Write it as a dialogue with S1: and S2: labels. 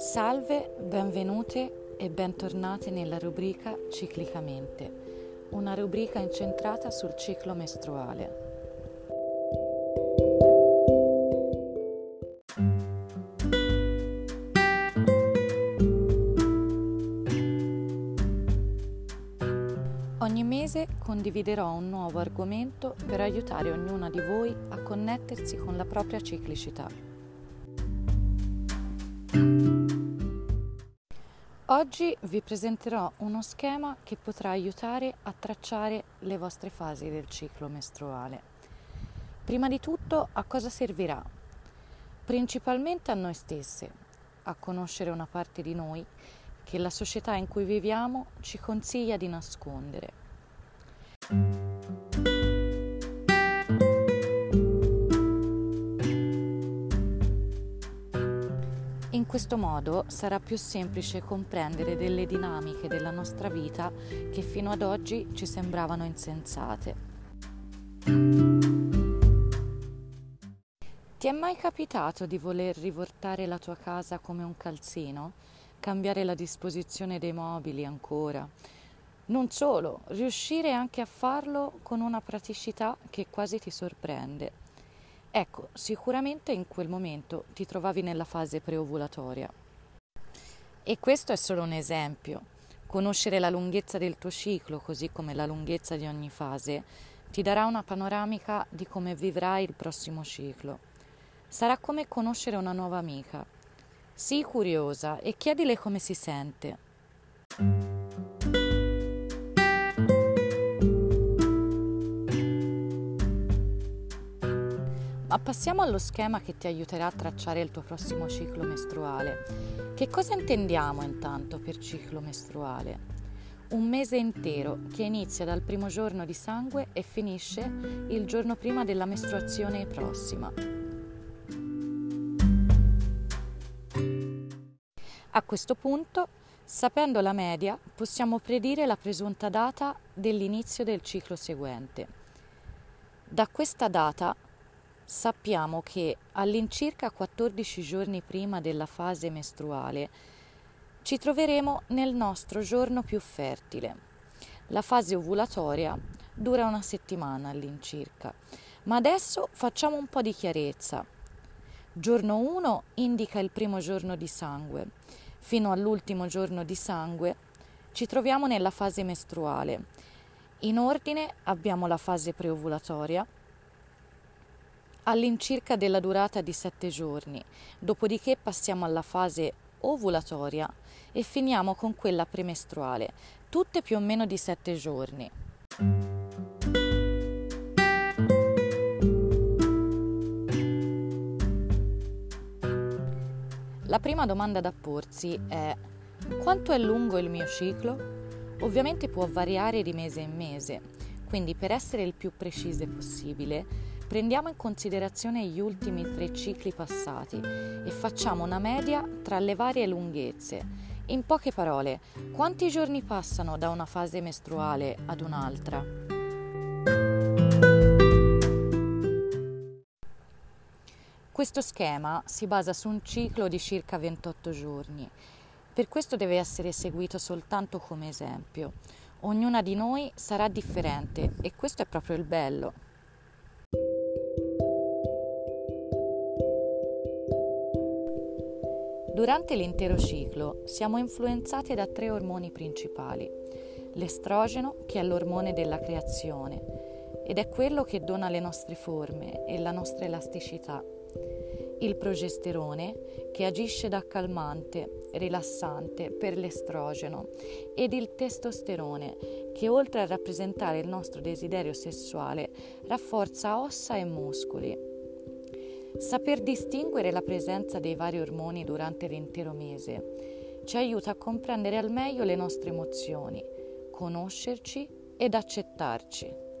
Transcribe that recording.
S1: Salve, benvenute e bentornate nella rubrica Ciclicamente, una rubrica incentrata sul ciclo mestruale. Ogni mese condividerò un nuovo argomento per aiutare ognuna di voi a connettersi con la propria ciclicità. Oggi vi presenterò uno schema che potrà aiutare a tracciare le vostre fasi del ciclo mestruale. Prima di tutto, a cosa servirà? Principalmente a noi stesse, a conoscere una parte di noi che la società in cui viviamo ci consiglia di nascondere. In questo modo sarà più semplice comprendere delle dinamiche della nostra vita che fino ad oggi ci sembravano insensate. Ti è mai capitato di voler rivoltare la tua casa come un calzino? Cambiare la disposizione dei mobili ancora? Non solo, riuscire anche a farlo con una praticità che quasi ti sorprende. Ecco, sicuramente in quel momento ti trovavi nella fase preovulatoria. E questo è solo un esempio. Conoscere la lunghezza del tuo ciclo, così come la lunghezza di ogni fase, ti darà una panoramica di come vivrai il prossimo ciclo. Sarà come conoscere una nuova amica. Sii curiosa e chiedile come si sente. Ma passiamo allo schema che ti aiuterà a tracciare il tuo prossimo ciclo mestruale. Che cosa intendiamo intanto per ciclo mestruale? Un mese intero che inizia dal primo giorno di sangue e finisce il giorno prima della mestruazione prossima. A questo punto, sapendo la media, possiamo predire la presunta data dell'inizio del ciclo seguente. Da questa data sappiamo che all'incirca 14 giorni prima della fase mestruale ci troveremo nel nostro giorno più fertile. La fase ovulatoria dura una settimana all'incirca, ma adesso facciamo un po' di chiarezza. Giorno 1 indica il primo giorno di sangue. Fino all'ultimo giorno di sangue ci troviamo nella fase mestruale. In ordine abbiamo la fase preovulatoria, all'incirca della durata di 7 giorni, dopodiché passiamo alla fase ovulatoria e finiamo con quella premestruale, tutte più o meno di 7 giorni. La prima domanda da porsi è: quanto è lungo il mio ciclo? Ovviamente può variare di mese in mese, quindi per essere il più precise possibile prendiamo in considerazione gli ultimi 3 cicli passati e facciamo una media tra le varie lunghezze. In poche parole, quanti giorni passano da una fase mestruale ad un'altra? Questo schema si basa su un ciclo di circa 28 giorni. Per questo deve essere seguito soltanto come esempio. Ognuna di noi sarà differente e questo è proprio il bello. Durante l'intero ciclo siamo influenzati da 3 ormoni principali. L'estrogeno, che è l'ormone della creazione, ed è quello che dona le nostre forme e la nostra elasticità. Il progesterone, che agisce da calmante, rilassante per l'estrogeno, ed il testosterone, che oltre a rappresentare il nostro desiderio sessuale, rafforza ossa e muscoli. Saper distinguere la presenza dei vari ormoni durante l'intero mese ci aiuta a comprendere al meglio le nostre emozioni, conoscerci ed accettarci.